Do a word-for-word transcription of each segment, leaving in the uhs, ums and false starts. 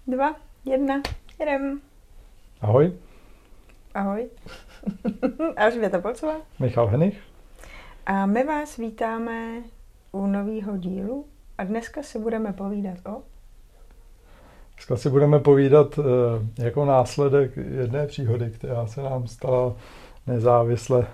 dva, jedna, jedem. Ahoj. Ahoj. Alžběta Polcová. Michal Henich. A my vás vítáme u nového dílu a dneska si budeme povídat o... Dneska si budeme povídat uh, jako následek jedné příhody, která se nám stala nezávisle uh,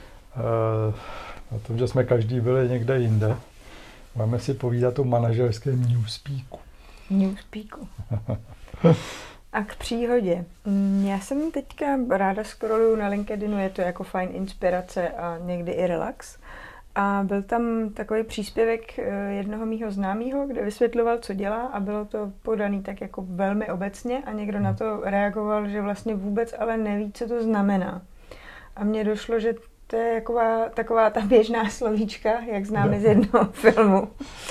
na tom, že jsme každý byli někde jinde. Budeme si povídat o manažerském newspeaku. Newspeaku. A k příhodě. Já jsem teďka ráda scrolluju na LinkedInu, je to jako fajn inspirace a někdy i relax. A byl tam takový příspěvek jednoho mýho známého, kde vysvětloval, co dělá a bylo to podaný tak jako velmi obecně a někdo na to reagoval, že vlastně vůbec ale neví, co to znamená. A mně došlo, že to je taková, taková ta běžná slovíčka, jak známe z jednoho filmu,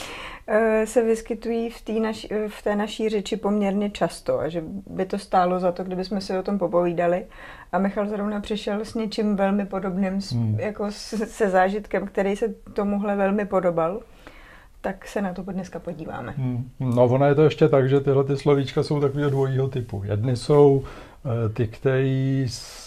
se vyskytují v té, naši, v té naší řeči poměrně často a že by to stálo za to, kdybychom si o tom popovídali. A Michal zrovna přišel s něčím velmi podobným, hmm. jako se zážitkem, který se tomuhle velmi podobal. Tak se na to dneska podíváme. Hmm. No ono je to ještě tak, že tyhle ty slovíčka jsou takového dvojího typu. Jedny jsou ty, které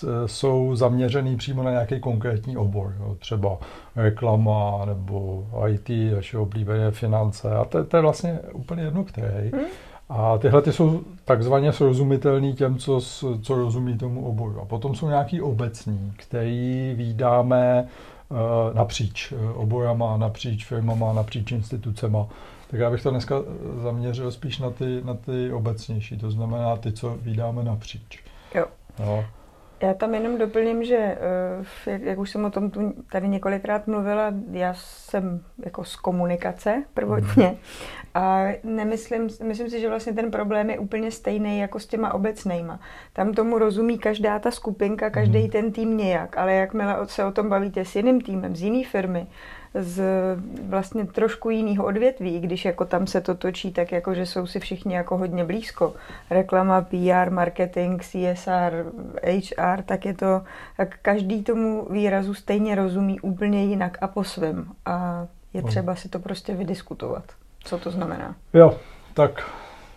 jsou zaměřený přímo na nějaký konkrétní obor. Jo. Třeba reklama nebo í té, naše oblíbené finance. A to, to je vlastně úplně jedno, který. Hmm. A tyhle ty jsou takzvaně srozumitelný těm, co, co rozumí tomu oboru. A potom jsou nějaký obecní, který vídáme uh, napříč oborama, napříč firmama, napříč institucema. Tak já bych to dneska zaměřil spíš na ty, na ty obecnější, to znamená ty, co vídáme napříč. Jo. No. Já tam jenom doplním, že jak, jak už jsem o tom tu tady několikrát mluvila, já jsem jako z komunikace prvotně mm. a nemyslím, myslím si, že vlastně ten problém je úplně stejný jako s těma obecnejma. Tam tomu rozumí každá ta skupinka, každý mm. ten tým nějak, ale jakmile se o tom bavíte s jiným týmem, z jiné firmy, z vlastně trošku jiného odvětví, když jako tam se to točí tak jako, že jsou si všichni jako hodně blízko. Reklama, P R, marketing, C S R, H R, tak je to, tak každý tomu výrazu stejně rozumí úplně jinak a po svém. A je třeba si to prostě vydiskutovat, co to znamená. Jo, tak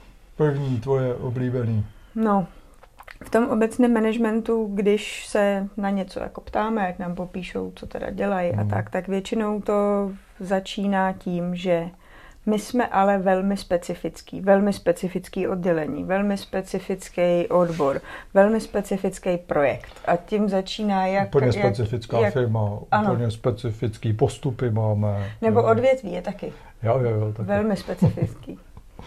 první tvoje oblíbený. No, v tom obecném managementu, když se na něco jako ptáme, jak nám popíšou, co teda dělají hmm. a tak, tak většinou to začíná tím, že my jsme ale velmi specifický, velmi specifický oddělení, velmi specifický odbor, velmi specifický projekt. A tím začíná jak... Úplně specifická jak, firma, ano. úplně specifický postupy máme. Nebo jo. Odvětví je taky. Jo, jo, jo. Taky. Velmi specifický.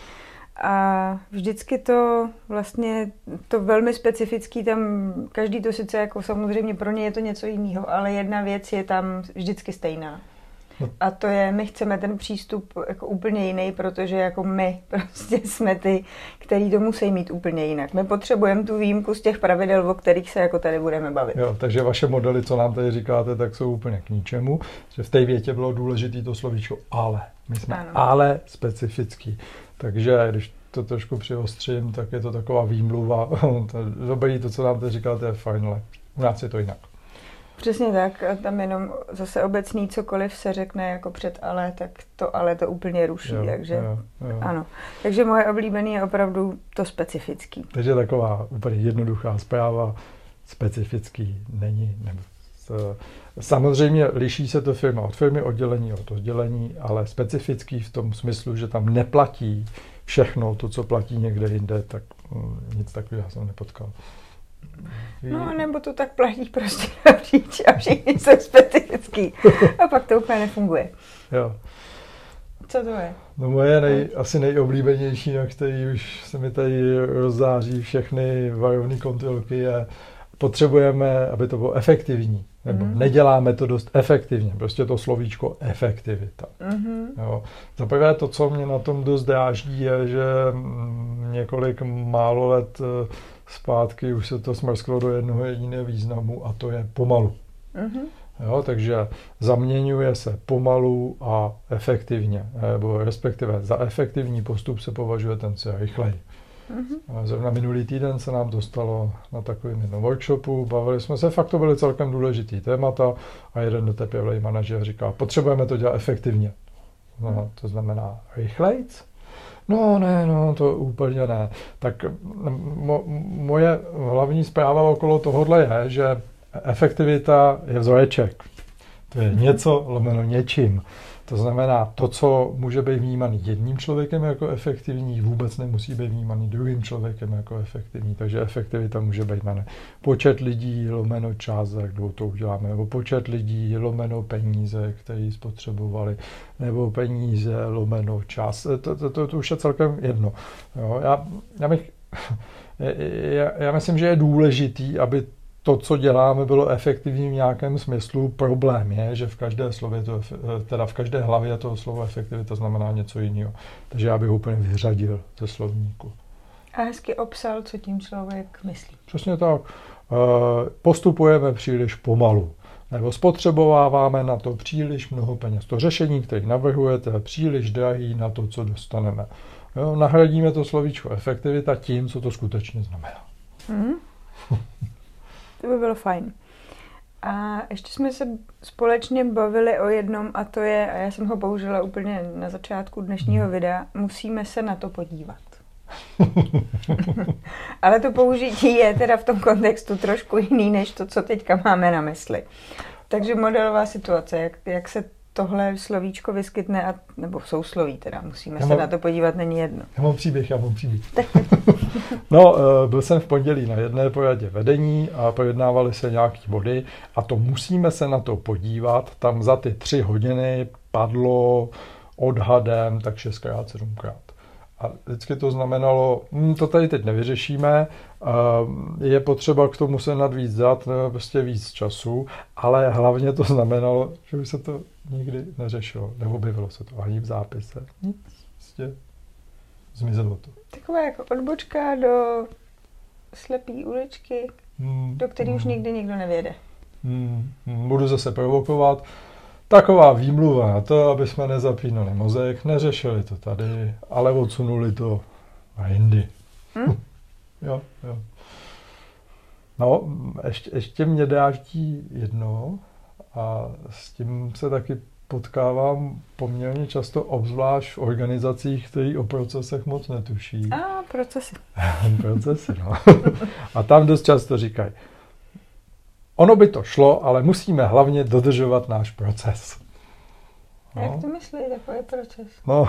A vždycky to vlastně, to velmi specifický, tam každý to sice jako samozřejmě pro ně je to něco jiného, ale jedna věc je tam vždycky stejná. A to je, my chceme ten přístup jako úplně jiný, protože jako my prostě jsme ty, který to musí mít úplně jinak. My potřebujeme tu výjimku z těch pravidel, o kterých se jako tady budeme bavit. Jo, takže vaše modely, co nám tady říkáte, tak jsou úplně k ničemu. Že v té větě bylo důležité to slovíčko ale. My jsme ano. ale specifický. Takže když to trošku přiostřím, tak je to taková výmluva. Dobrý, to, co nám teď říkáte, je fajn, ale u nás je to jinak. Přesně tak. A tam jenom zase obecný cokoliv se řekne jako před ale, tak to ale to úplně ruší. Jo, takže, jo, jo. Ano. Takže moje oblíbený je opravdu to specifický. Takže taková úplně jednoduchá zpráva. Specifický není. Nebo samozřejmě liší se to firma od firmy, oddělení od oddělení, ale specifický v tom smyslu, že tam neplatí všechno to, co platí někde jinde, tak nic takového jsem nepotkal. No, nebo to tak platí prostě napříč a všichni jsou specifický. A pak to úplně nefunguje. Jo. Co to je? No moje nej, asi nejoblíbenější, na který už se mi tady rozzáří všechny varovné kontrolky, je potřebujeme, aby to bylo efektivní. Nebo mm. neděláme to dost efektivně. Prostě to slovíčko efektivita. Mm-hmm. Jo. Za prvé to, co mě na tom dost dráždí, je, že několik málo let zpátky už se to smrsklo do jednoho jediného významu a to je pomalu. Mm-hmm. Jo, takže zaměňuje se pomalu a efektivně. Nebo respektive za efektivní postup se považuje ten, co je rychlej. Mm-hmm. Zrovna minulý týden se nám dostalo na takovém jednom workshopu, bavili jsme se, fakt to byly celkem důležitý témata a jeden netepěvlej manažer říká, potřebujeme to dělat efektivně. No, to znamená rychlejc, No ne, no to úplně ne. Tak mo, moje hlavní zpráva okolo tohohle je, že efektivita je vzoreček. To je něco lomeno něčím. To znamená, to, co může být vnímaný jedním člověkem jako efektivní, vůbec nemusí být vnímaný druhým člověkem jako efektivní. Takže efektivita může být na ne. Počet lidí lomeno čas, jak dlouho to uděláme, nebo počet lidí lomeno peníze, které spotřebovali, nebo peníze lomeno čas. To, to, to, to už je celkem jedno. Jo, já, já, bych, já, já myslím, že je důležitý, aby to, co děláme, bylo efektivní v nějakém smyslu. Problém je, že v každé slově to, teda v každé hlavě toho slova efektivita znamená něco jiného. Takže já bych ho úplně vyřadil ze slovníku. A hezky obsal, co tím člověk myslí. Přesně tak. Postupujeme příliš pomalu. Nebo spotřebováváme na to příliš mnoho peněz. To řešení, které navrhujete, je příliš drahý na to, co dostaneme. Jo, nahradíme to slovíčko efektivita tím, co to skutečně znamená. Hmm. To by bylo fajn. A ještě jsme se společně bavili o jednom, a to je, a já jsem ho použila úplně na začátku dnešního videa, musíme se na to podívat. Ale to použití je teda v tom kontextu trošku jiný, než to, co teďka máme na mysli. Takže modelová situace, jak, jak se tohle slovíčko vyskytne, a, nebo sousloví teda, musíme já se mám, na to podívat, není jedno. Já mám příběh, já mám příběh. No, byl jsem v pondělí na jedné poradě vedení a projednávali se nějaký body a to musíme se na to podívat. Tam za ty tři hodiny padlo odhadem tak šestkrát, sedmkrát. A vždycky to znamenalo, hm, to tady teď nevyřešíme, je potřeba k tomu se nad víc dát, prostě víc času, ale hlavně to znamenalo, že už se to nikdy neřešilo, neobjevilo se to ani v zápise, nic, prostě zmizelo to. Taková jako odbočka do slepý uličky, hmm, do které hmm. už nikdy nikdo nevěde. Hmm, budu zase provokovat. Taková výmluva na to, aby jsme nezapínali mozek, neřešili to tady, ale odsunuli to na jindy. Hmm? jo, jo. No, ještě, ještě mě dráždí jedno a s tím se taky potkávám poměrně často, obzvlášť v organizacích, které o procesech moc netuší. A, procesy. procesy, no. A tam dost často říkají, ono by to šlo, ale musíme hlavně dodržovat náš proces. No. Jak to myslí, takový proces? No,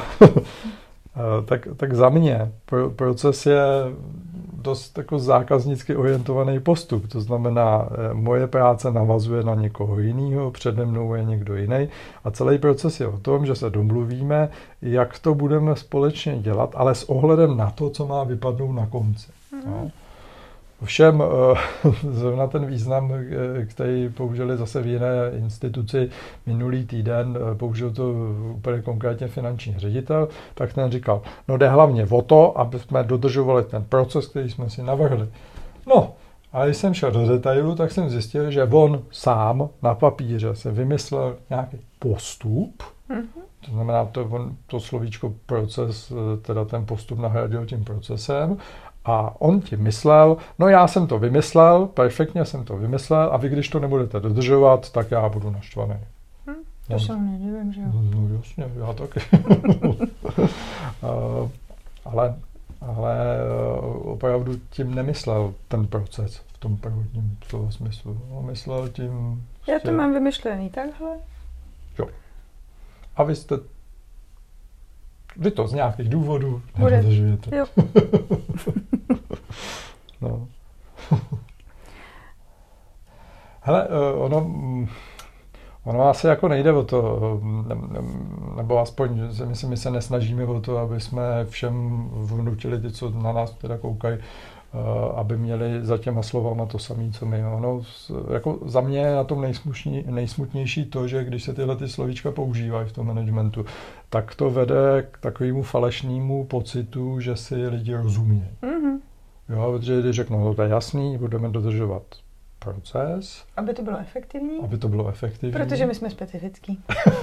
tak, tak za mě pro, proces je dost jako zákaznicky orientovaný postup. To znamená, moje práce navazuje na někoho jiného, přede mnou je někdo jiný a celý proces je o tom, že se domluvíme, jak to budeme společně dělat, ale s ohledem na to, co má vypadnout na konci. Mm. No. Všem zrovna ten význam, který použili zase v jiné instituci minulý týden, použil to úplně konkrétně finanční ředitel, tak ten říkal, no jde hlavně o to, aby jsme dodržovali ten proces, který jsme si navrhli. No, a když jsem šel do detailu, tak jsem zjistil, že on sám na papíře se vymyslel nějaký postup, mm-hmm. To znamená, to, on, to slovíčko proces, teda ten postup nahradil tím procesem, a on ti myslel, no já jsem to vymyslel, perfektně jsem to vymyslel a vy, když to nebudete dodržovat, tak já budu naštvaný. Hm, to no, se nedivím, že jo? No jasně, já taky. uh, ale, ale uh, opravdu tím nemyslel ten proces v tom prvotním slova smyslu. On myslel tím... Já to mám vymyšlený takhle. Jo. A vy jste Vy to z nějakých důvodů nedodržujete. Jo. No. Hele, ono, ono asi jako nejde o to, nebo aspoň my si, my se nesnažíme o to, aby jsme všem vnutili ty, co na nás teda koukají, aby měli za těma slovama to samé, co my. Ono, jako za mě je na tom nejsmutnější to, že když se tyhle ty slovíčka používají v tom managementu, tak to vede k takovému falešnému pocitu, že si lidi rozumějí. Mm-hmm. Jo, protože když řeknou, no to je jasný, budeme dodržovat proces. Aby to bylo efektivní. Aby to bylo efektivní. Protože my jsme specifický.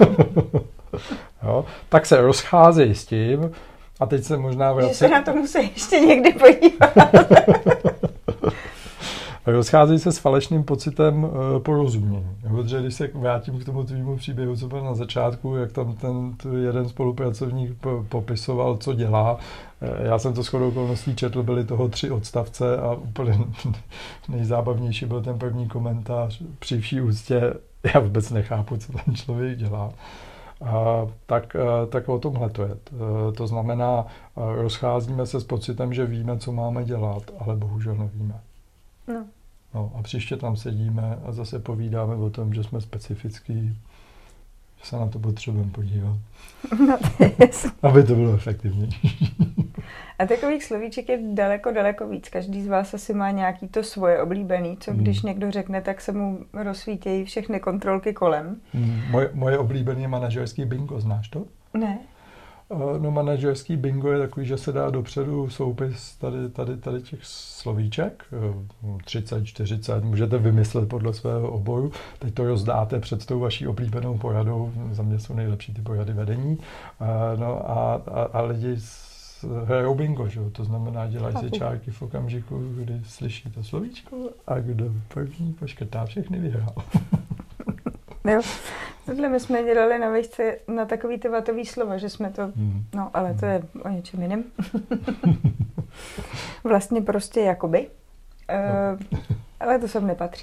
Jo, tak se rozcházejí s tím, a teď se možná vrací... Že se na to musí ještě někdy podívat. rozcházejí se s falešným pocitem uh, porozumění. Protože když se vrátím k tomu tvýmu příběhu, co byl na začátku, jak tam ten jeden spolupracovník popisoval, co dělá. Já jsem to shodou okolností četl, byly toho tři odstavce a úplně nejzábavnější byl ten první komentář. Při vší úctě já vůbec nechápu, co ten člověk dělá. A tak, tak o tomhle to je. To znamená, rozcházíme se s pocitem, že víme, co máme dělat, ale bohužel nevíme. No. No, a příště tam sedíme a zase povídáme o tom, že jsme specifický, že se na to potřebujeme podívat. No, to je jasný. Aby to bylo efektivnější. A takových slovíček je daleko, daleko víc. Každý z vás asi má nějaký to svoje oblíbený, co když hmm. někdo řekne, tak se mu rozsvítějí všechny kontrolky kolem. Hmm. Moje, moje oblíbené je manažerský bingo, znáš to? Ne. No, manažerský bingo je takový, že se dá dopředu soupis tady, tady, tady těch slovíček, třicet, čtyřicet, můžete vymyslet podle svého oboru. Teď to rozdáte před tou vaší oblíbenou poradou, za mě jsou nejlepší ty porady vedení. No a, a, a lidi hrajou bingo, že? To znamená, dělají si čárky v okamžiku, kdy slyší to slovíčko a kdo první poškrtá, všechny vyhrál. Jo, tohle my jsme dělali na výšce na takový ty vatový slova, že jsme to, hmm. no ale to je o něčem jiném. Vlastně prostě jakoby, uh, ale to sem nepatří.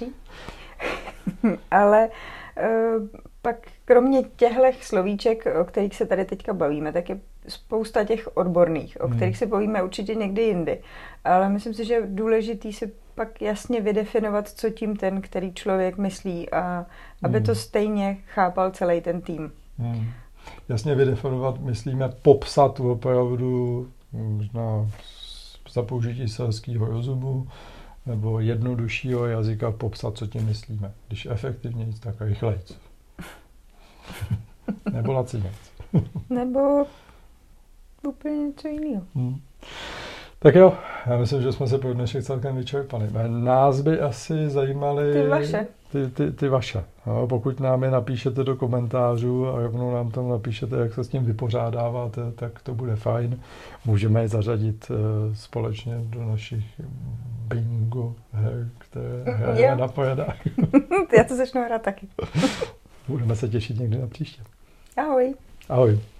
Ale uh, pak kromě těchto slovíček, o kterých se tady teďka bavíme, tak je spousta těch odborných, o kterých se povíme určitě někdy jindy. Ale myslím si, že je důležitý si pak jasně vydefinovat, co tím ten, který člověk myslí a aby to stejně chápal celý ten tým. Hmm. Jasně vydefinovat, myslíme popsat opravdu možná za použití selského rozumu nebo jednoduššího jazyka popsat, co tím myslíme. Když efektivněji, tak rychlejc. Nebo laciněc. Nebo úplně něco jiného. Hmm. Tak jo, já myslím, že jsme se pro dnešek celkem vyčerpali. Nás by asi zajímaly ty vaše. Ty, ty, ty vaše. No, pokud nám je napíšete do komentářů a rovnou nám tam napíšete, jak se s tím vypořádáváte, tak to bude fajn. Můžeme je zařadit uh, společně do našich bingo her, které hrajeme na poradách. Já to začnu hrát taky. Budeme se těšit někdy na příště. Ahoj. Ahoj.